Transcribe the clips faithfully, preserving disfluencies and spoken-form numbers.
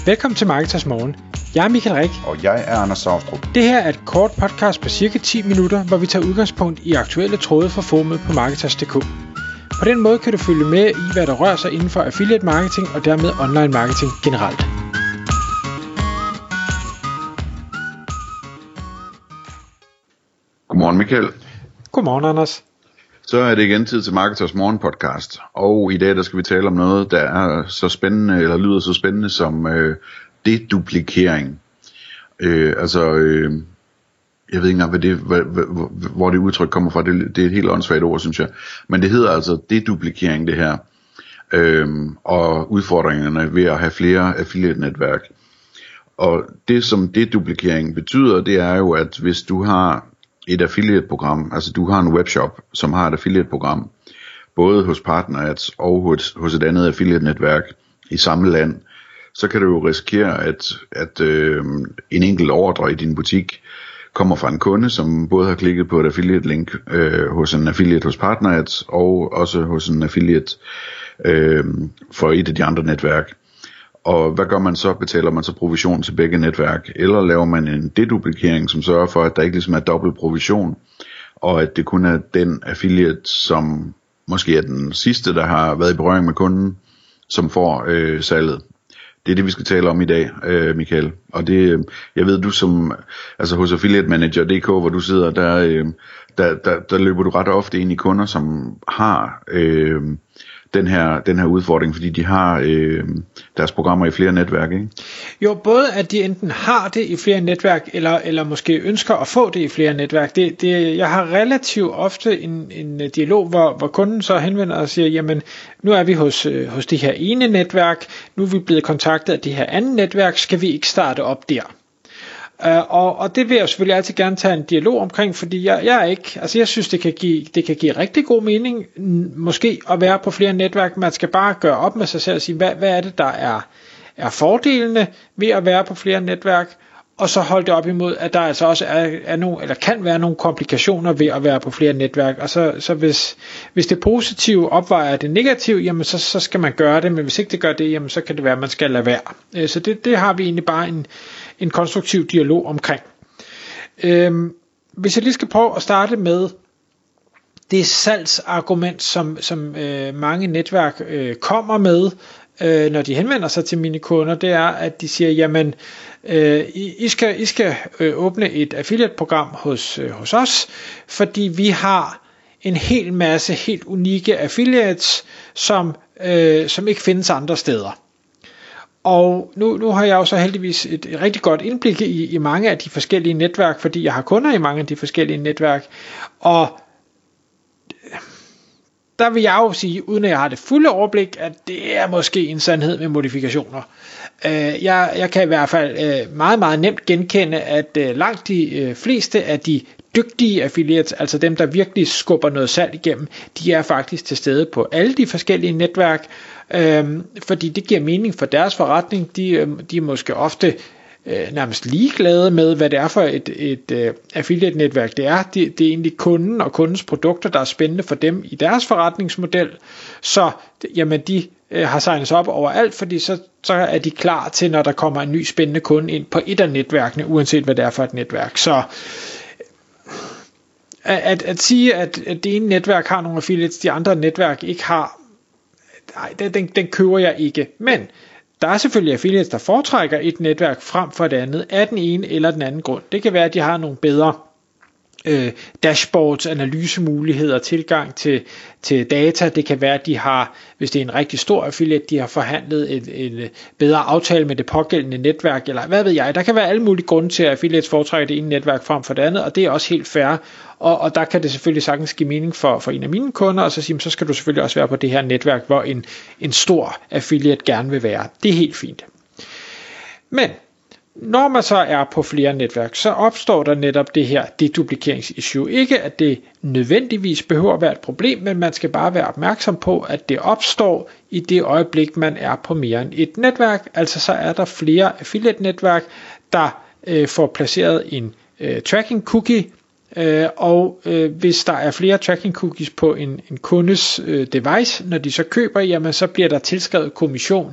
Velkommen til Marketers Morgen. Jeg er Michael Rik. Og jeg er Anders Saustrup. Det her er et kort podcast på cirka ti minutter, hvor vi tager udgangspunkt i aktuelle tråde fra forumet på Marketers punktum d k. På den måde kan du følge med i, hvad der rører sig inden for affiliate marketing og dermed online marketing generelt. Godmorgen Michael. Godmorgen Anders. Så er det igen tid til Marketers Morgen podcast. Og i dag der skal vi tale om noget, der er så spændende, eller lyder så spændende som øh, deduplikering. Øh, altså, øh, jeg ved ikke engang, hvad det, hvad, hvad, hvor det udtryk kommer fra. Det, det er et helt åndssvagt ord, synes jeg. Men det hedder altså deduplikering, det her. Øh, og udfordringerne ved at have flere affiliate-netværk. Og det, som deduplikering betyder, det er jo, at hvis du har et affiliate-program, altså du har en webshop, som har et affiliate-program, både hos PartnerAds og hos, hos et andet affiliate-netværk i samme land, så kan du jo risikere, at, at øh, en enkelt ordre i din butik kommer fra en kunde, som både har klikket på et affiliate-link øh, hos en affiliate hos PartnerAds, og også hos en affiliate øh, for et af de andre netværk. Og hvad gør man så? Betaler man så provision til begge netværk? Eller laver man en deduplikering, som sørger for, at der ikke ligesom er dobbelt provision, og at det kun er den affiliate, som måske er den sidste, der har været i berøring med kunden, som får øh, salget. Det er det, vi skal tale om i dag, øh, Michael. Og det, jeg ved, du som, altså hos affiliate manager punktum d k, hvor du sidder, der, øh, der, der, der løber du ret ofte ind i kunder, som har øh, den her, den her udfordring, fordi de har øh, deres programmer i flere netværk, ikke? Jo, både at de enten har det i flere netværk, eller, eller måske ønsker at få det i flere netværk. Det, det, jeg har relativt ofte en, en dialog, hvor, hvor kunden så henvender og siger, jamen, nu er vi hos, øh, hos det her ene netværk, nu er vi blevet kontaktet af det her andet netværk, skal vi ikke starte op der? Uh, og, og det vil jeg selvfølgelig altid gerne tage en dialog omkring, fordi jeg, jeg er ikke, altså jeg synes det kan give, det kan give rigtig god mening, måske at være på flere netværk. Man skal bare gøre op med sig selv og sige, hvad, hvad er det der er, er fordelene ved at være på flere netværk, og så holde det op imod, at der altså også er, er nogle, eller kan være nogle komplikationer ved at være på flere netværk. Og så, så hvis, hvis det positive opvejer det negative, jamen så, så skal man gøre det, men hvis ikke det gør det, jamen så kan det være, at man skal lade være. Så det, det har vi egentlig bare en en konstruktiv dialog omkring. Øhm, hvis jeg lige skal prøve at starte med det salgsargument, som, som øh, mange netværk øh, kommer med, øh, når de henvender sig til mine kunder, det er, at de siger, jamen, øh, I, I skal, I skal øh, åbne et affiliate-program hos, øh, hos os, fordi vi har en hel masse helt unikke affiliates, som, øh, som ikke findes andre steder. Og nu, nu har jeg jo så heldigvis et, et rigtig godt indblik i, i mange af de forskellige netværk, fordi jeg har kunder i mange af de forskellige netværk. Og der vil jeg jo sige, uden at jeg har det fulde overblik, at det er måske en sandhed med modifikationer. Jeg, jeg kan i hvert fald meget, meget nemt genkende, at langt de fleste af de dygtige affiliates, altså dem, der virkelig skubber noget salg igennem, de er faktisk til stede på alle de forskellige netværk, øhm, fordi det giver mening for deres forretning. De, de er måske ofte øh, nærmest ligeglade med, hvad det er for et, et øh, affiliate-netværk det er. Det, det er egentlig kunden og kundens produkter, der er spændende for dem i deres forretningsmodel. Så jamen, de øh, har signet sig op overalt, fordi så, så er de klar til, når der kommer en ny spændende kunde ind på et af netværkene, uanset hvad det er for et netværk. Så At, at sige, at, at det ene netværk har nogle affiliates, de andre netværk ikke har, nej, den, den køber jeg ikke. Men der er selvfølgelig affiliates, der foretrækker et netværk frem for det andet, af den ene eller den anden grund. Det kan være, at de har nogle bedre øh, dashboards, analysemuligheder, tilgang til, til data. Det kan være, at de har, hvis det er en rigtig stor affiliate, de har forhandlet et, et bedre aftale med det pågældende netværk, eller hvad ved jeg. Der kan være alle mulige grunde til, at affiliates foretrækker det ene netværk frem for det andet, og det er også helt fair. Og, og der kan det selvfølgelig sagtens give mening for, for en af mine kunder, og så sige, så skal du selvfølgelig også være på det her netværk, hvor en, en stor affiliate gerne vil være. Det er helt fint. Men når man så er på flere netværk, så opstår der netop det her deduplikeringsissue. Ikke at det nødvendigvis behøver at være et problem, men man skal bare være opmærksom på, at det opstår i det øjeblik, man er på mere end et netværk. Altså så er der flere affiliate-netværk, der øh, får placeret en øh, tracking cookie, øh, og øh, hvis der er flere tracking cookies på en, en kundes øh, device, når de så køber, jamen så bliver der tilskrevet kommission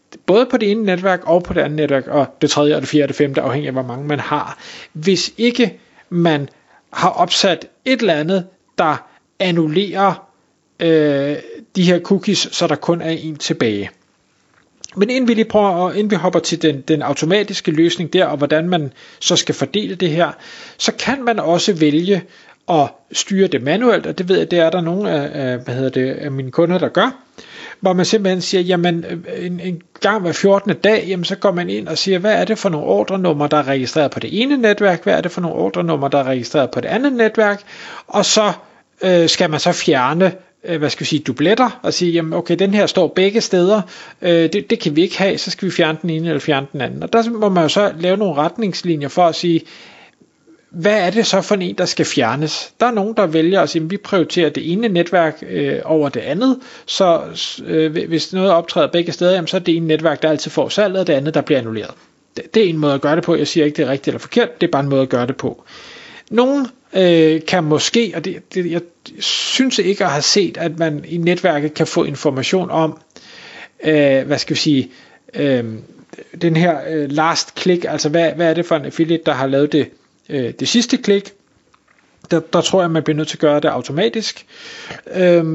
både på det ene netværk og på det andet netværk, og det tredje og det fjerde og det femte, afhængig af hvor mange man har, hvis ikke man har opsat et eller andet, der annullerer øh, de her cookies, så der kun er en tilbage. Men inden vi lige prøver, inden vi hopper til den, den automatiske løsning der, og hvordan man så skal fordele det her, så kan man også vælge at styre det manuelt, og det ved jeg, det er der nogle af, af, hvad hedder det, af mine kunder, der gør, hvor man simpelthen siger, jamen en, en gang hver fjortende dag, jamen så går man ind og siger, hvad er det for nogle ordrenummer, der er registreret på det ene netværk, hvad er det for nogle ordrenummer, der er registreret på det andet netværk, og så øh, skal man så fjerne hvad skal vi sige, dubletter, og sige, jamen okay, den her står begge steder, øh, det, det kan vi ikke have, så skal vi fjerne den ene eller fjerne den anden. Og der må man jo så lave nogle retningslinjer for at sige, hvad er det så for en, der skal fjernes? Der er nogen, der vælger at sige, at vi prioriterer det ene netværk øh, over det andet, så øh, hvis noget optræder begge steder, jamen, så er det ene netværk, der altid får salget, og det andet, der bliver annulleret. Det, det er en måde at gøre det på. Jeg siger ikke, det er rigtigt eller forkert, det er bare en måde at gøre det på. Nogen øh, kan måske, og det, det, jeg synes ikke at have set, at man i netværket kan få information om, øh, hvad skal vi sige, øh, den her øh, last click, altså hvad, hvad er det for en affiliate, der har lavet det, øh, det sidste klik. Der, der tror jeg, man bliver nødt til at gøre det automatisk. Øh,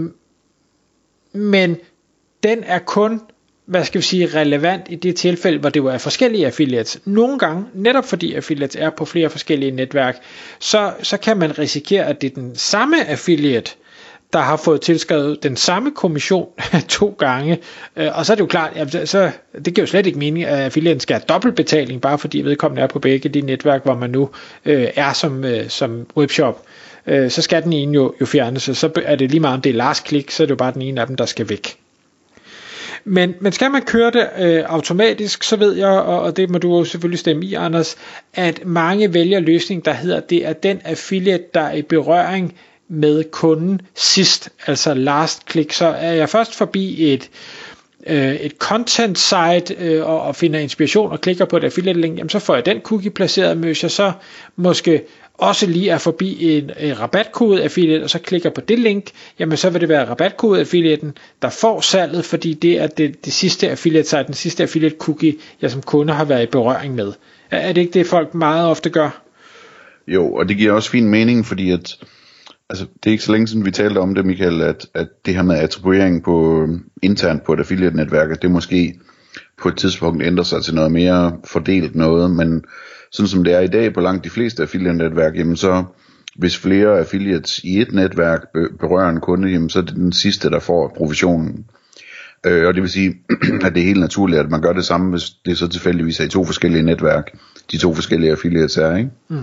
men den er kun, hvad skal vi sige, relevant i det tilfælde, hvor det jo er forskellige affiliates. Nogle gange, netop fordi affiliates er på flere forskellige netværk, så, så kan man risikere, at det er den samme affiliate, der har fået tilskrevet den samme kommission to gange. Og så er det jo klart, at så, det giver jo slet ikke mening, at affiliaten skal have dobbeltbetaling, bare fordi vedkommende er på begge de netværk, hvor man nu øh, er som, øh, som webshop. Øh, så skal den ene jo, jo fjernes, og så er det lige meget om det er last click, så er det jo bare den ene af dem, der skal væk. Men, men skal man køre det øh, automatisk, så ved jeg, og, og det må du jo selvfølgelig stemme i, Anders, at mange vælger løsning, der hedder, det er den affiliate, der er i berøring med kunden sidst, altså last click. Så er jeg først forbi et, øh, et content site øh, og, og finder inspiration og klikker på et affiliate link, jamen så får jeg den cookie placeret, men hvis jeg så måske også lige er forbi en, en rabatkode affiliate, og så klikker på det link, jamen så vil det være rabatkode affiliaten, der får salget, fordi det er det, det sidste affiliate site, den sidste affiliate cookie, jeg som kunde har været i berøring med. Er, er det ikke det, folk meget ofte gør? Jo, og det giver også fin mening, fordi at, altså, det er ikke så længe siden, vi talte om det, Michael, at, at det her med attribuering på, internt på et affiliate-netværk, det måske på et tidspunkt ændrer sig til noget mere fordelt noget, men sådan som det er i dag på langt de fleste affiliate-netværk, jamen så hvis flere affiliates i et netværk berører en kunde, jamen så er det den sidste, der får provisionen. Øh, og det vil sige, at det er helt naturligt, at man gør det samme, hvis det så tilfældigvis er i to forskellige netværk, de to forskellige affiliates er, ikke? Mm.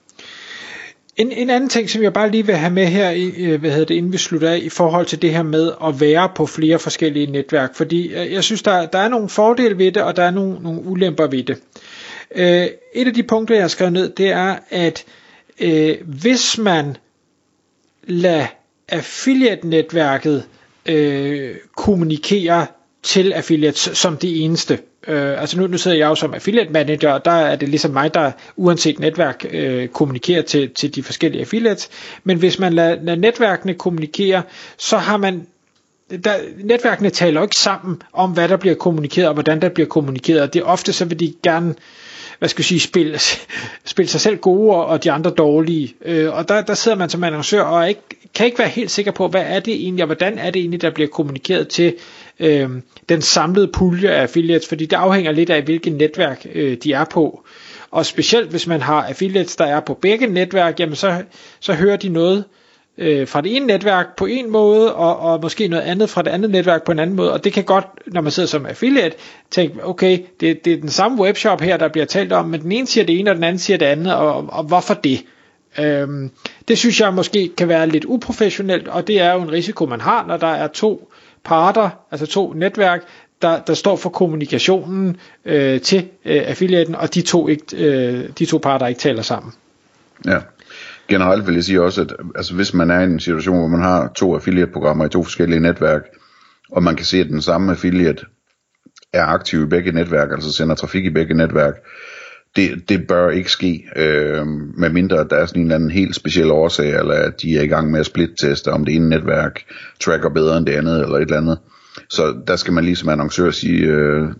En, en anden ting, som jeg bare lige vil have med her, hvad hedder det, inden vi slutter af, i forhold til det her med at være på flere forskellige netværk, fordi jeg synes, der, der er nogle fordele ved det, og der er nogle, nogle ulemper ved det. Øh, et af de punkter, jeg har skrevet ned, det er, at øh, hvis man lader affiliate-netværket øh, kommunikere til affiliates som det eneste, øh, altså nu, nu sidder jeg jo som affiliate manager, og der er det ligesom mig, der uanset netværk øh, kommunikerer til, til de forskellige affiliates, men hvis man lader, lader netværkene kommunikere, så har man Der, netværkene taler jo ikke sammen om, hvad der bliver kommunikeret, og hvordan der bliver kommunikeret. Det er ofte, så vil de gerne, hvad skal jeg sige, spille, spille sig selv gode, og de andre dårlige. Øh, og der, der sidder man som annoncør, og ikke, kan ikke være helt sikker på, hvad er det egentlig, og hvordan er det egentlig, der bliver kommunikeret til øh, den samlede pulje af affiliates, fordi det afhænger lidt af, hvilket netværk øh, de er på. Og specielt, hvis man har affiliates, der er på begge netværk, jamen så, så hører de noget fra det ene netværk på en måde, og, og måske noget andet fra det andet netværk på en anden måde, og det kan godt, når man sidder som affiliate, tænke, okay, det, det er den samme webshop her, der bliver talt om, men den ene siger det ene, og den anden siger det andet, og, og hvorfor det? Øhm, det synes jeg måske kan være lidt uprofessionelt, og det er jo en risiko, man har, når der er to parter, altså to netværk, der, der står for kommunikationen øh, til øh, affiliaten, og de to, ikke, øh, de to parter ikke taler sammen. Ja. Generelt vil jeg sige også, at altså, hvis man er i en situation, hvor man har to affiliate-programmer i to forskellige netværk, og man kan se, at den samme affiliate er aktiv i begge netværk, altså sender trafik i begge netværk, det, det bør ikke ske, øh, medmindre at der er sådan en eller anden helt speciel årsag, eller at de er i gang med at split-teste, om det ene netværk tracker bedre end det andet, eller et eller andet. Så der skal man ligesom annoncør sige, øh,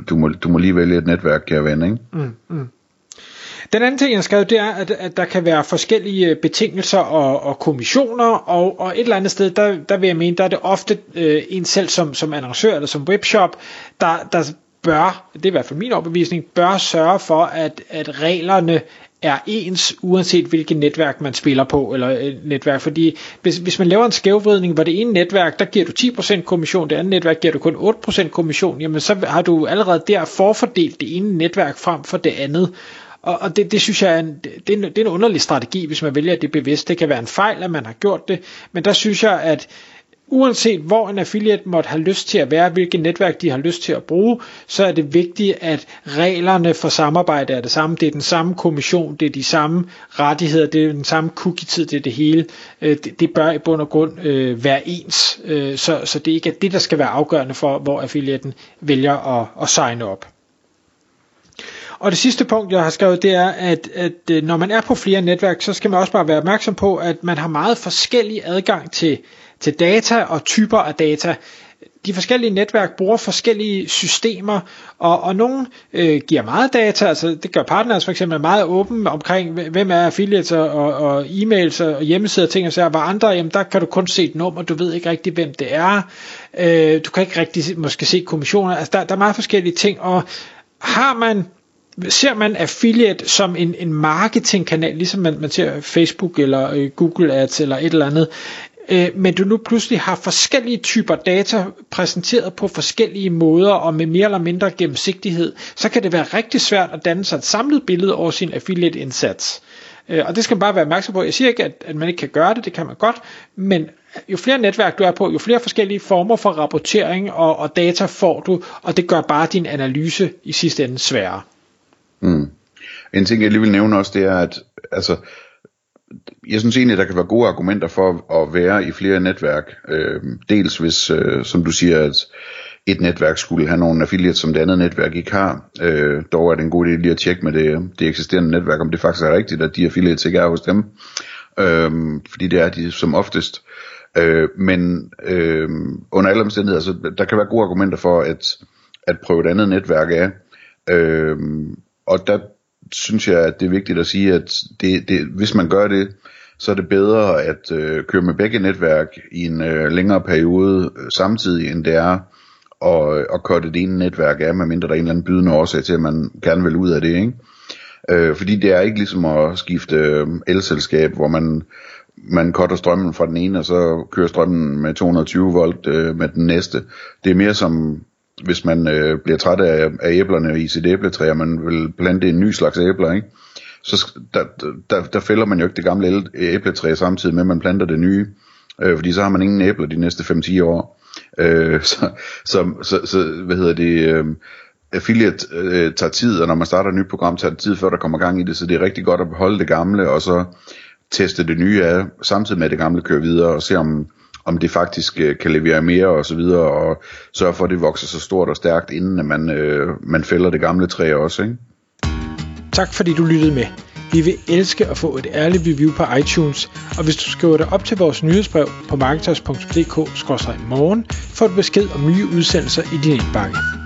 du må, du må lige vælge et netværk, kære ven, ikke? Mm, mm. Den anden ting, jeg skrev, det er, at, at der kan være forskellige betingelser og, og kommissioner, og, og et eller andet sted, der, der vil jeg mene, der er det ofte øh, en selv som, som annoncør eller som webshop, der, der bør, det er i hvert fald min overbevisning, bør sørge for, at, at reglerne er ens, uanset hvilket netværk man spiller på, eller netværk, fordi hvis, hvis man laver en skævvridning, hvor det ene netværk, der giver du ti procent kommission, det andet netværk giver du kun otte procent kommission, jamen så har du allerede der forfordelt det ene netværk frem for det andet, og, og det, det synes jeg er en, det, er en, det er en underlig strategi, hvis man vælger det bevidst. Det kan være en fejl, at man har gjort det, men der synes jeg, at uanset hvor en affiliate måtte have lyst til at være, hvilket netværk de har lyst til at bruge, så er det vigtigt, at reglerne for samarbejde er det samme. Det er den samme kommission, det er de samme rettigheder, det er den samme cookie-tid, det er det hele. Det, det bør i bund og grund øh, være ens, øh, så, så det ikke er det, der skal være afgørende for, hvor affiliaten vælger at, at signe op. Og det sidste punkt, jeg har skrevet, det er, at, at når man er på flere netværk, så skal man også bare være opmærksom på, at man har meget forskellig adgang til til data og typer af data. De forskellige netværk bruger forskellige systemer, og, og nogle øh, giver meget data, altså det gør Partners for eksempel meget åben omkring, hvem er affiliates og, og e-mails og hjemmesider og ting og sager, hvor andre, jamen der kan du kun se et nummer, du ved ikke rigtig, hvem det er, øh, du kan ikke rigtig måske se kommissioner, altså der, der er meget forskellige ting, og har man ser man affiliate som en, en marketingkanal, ligesom man, man ser Facebook eller øh, Google Ads eller et eller andet, men du nu pludselig har forskellige typer data præsenteret på forskellige måder og med mere eller mindre gennemsigtighed, så kan det være rigtig svært at danne sig et samlet billede over sin affiliate indsats. Og det skal man bare være opmærksom på. Jeg siger ikke, at, at man ikke kan gøre det, det kan man godt, men jo flere netværk du er på, jo flere forskellige former for rapportering og, og data får du, og det gør bare din analyse i sidste ende sværere. Mm. En ting jeg lige vil nævne også, det er, at altså jeg synes egentlig, der kan være gode argumenter for at være i flere netværk. Øh, dels hvis, øh, som du siger, at et netværk skulle have nogle affiliates, som det andet netværk ikke har. Øh, dog er det en god idé lige at tjekke med det, det eksisterende netværk, om det faktisk er rigtigt, at de affiliates ikke er hos dem. Øh, fordi det er de som oftest. Øh, men øh, under alle omstændigheder, så der kan være gode argumenter for at, at prøve et andet netværk af. Øh, og der synes jeg, at det er vigtigt at sige, at det, det, hvis man gør det, så er det bedre at øh, køre med begge netværk i en øh, længere periode øh, samtidig, end det er at, at korte det ene netværk af, medmindre der er en eller anden bydende årsag til, at man gerne vil ud af det, ikke? Øh, fordi det er ikke ligesom at skifte øh, elselskab, hvor man, man cutter strømmen fra den ene, og så kører strømmen med to hundrede og tyve volt øh, med den næste. Det er mere som hvis man øh, bliver træt af, af æblerne i sit æbletræ, og man vil plante en ny slags æbler, ikke? Så der, der, der fælder man jo ikke det gamle æbletræ samtidig med, at man planter det nye, øh, fordi så har man ingen æbler de næste fem til ti år. Øh, så, så, så, så, hvad hedder det, øh, affiliate øh, tager tid, og når man starter et nyt program, tager det tid, før der kommer gang i det, så det er rigtig godt at beholde det gamle, og så teste det nye af, samtidig med det gamle kører videre, og se om om det faktisk øh, kan levere mere og så videre, og sørge for, at det vokser så stort og stærkt, inden man, øh, man fælder det gamle træ også, ikke? Tak fordi du lyttede med. Vi vil elske at få et ærligt review på iTunes, og hvis du skriver dig op til vores nyhedsbrev på marketers punktum d k skråstreg morgen, får du besked om nye udsendelser i din indbakke.